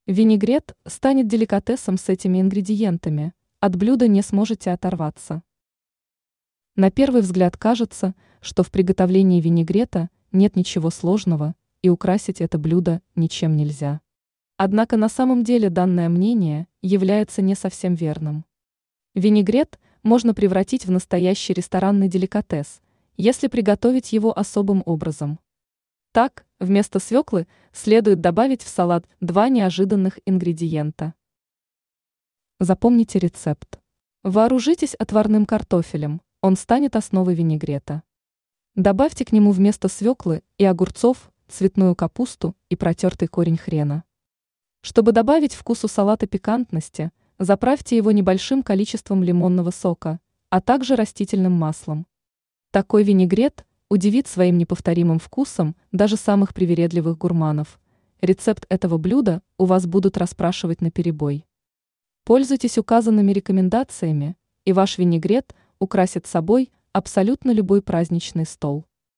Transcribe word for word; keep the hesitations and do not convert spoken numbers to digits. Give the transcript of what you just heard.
Винегрет станет деликатесом с этими ингредиентами, от блюда не сможете оторваться. На первый взгляд кажется, что в приготовлении винегрета нет ничего сложного, и украсить это блюдо ничем нельзя. Однако на самом деле данное мнение является не совсем верным. Винегрет можно превратить в настоящий ресторанный деликатес, если приготовить его особым образом. Так, вместо свеклы следует добавить в салат два неожиданных ингредиента. Запомните рецепт. Вооружитесь отварным картофелем, он станет основой винегрета. Добавьте к нему вместо свеклы и огурцов цветную капусту и протертый корень хрена. Чтобы добавить вкусу салата пикантности, заправьте его небольшим количеством лимонного сока, а также растительным маслом. Такой винегрет удивит своим неповторимым вкусом даже самых привередливых гурманов. Рецепт этого блюда у вас будут расспрашивать наперебой. Пользуйтесь указанными рекомендациями, и ваш винегрет украсит собой абсолютно любой праздничный стол.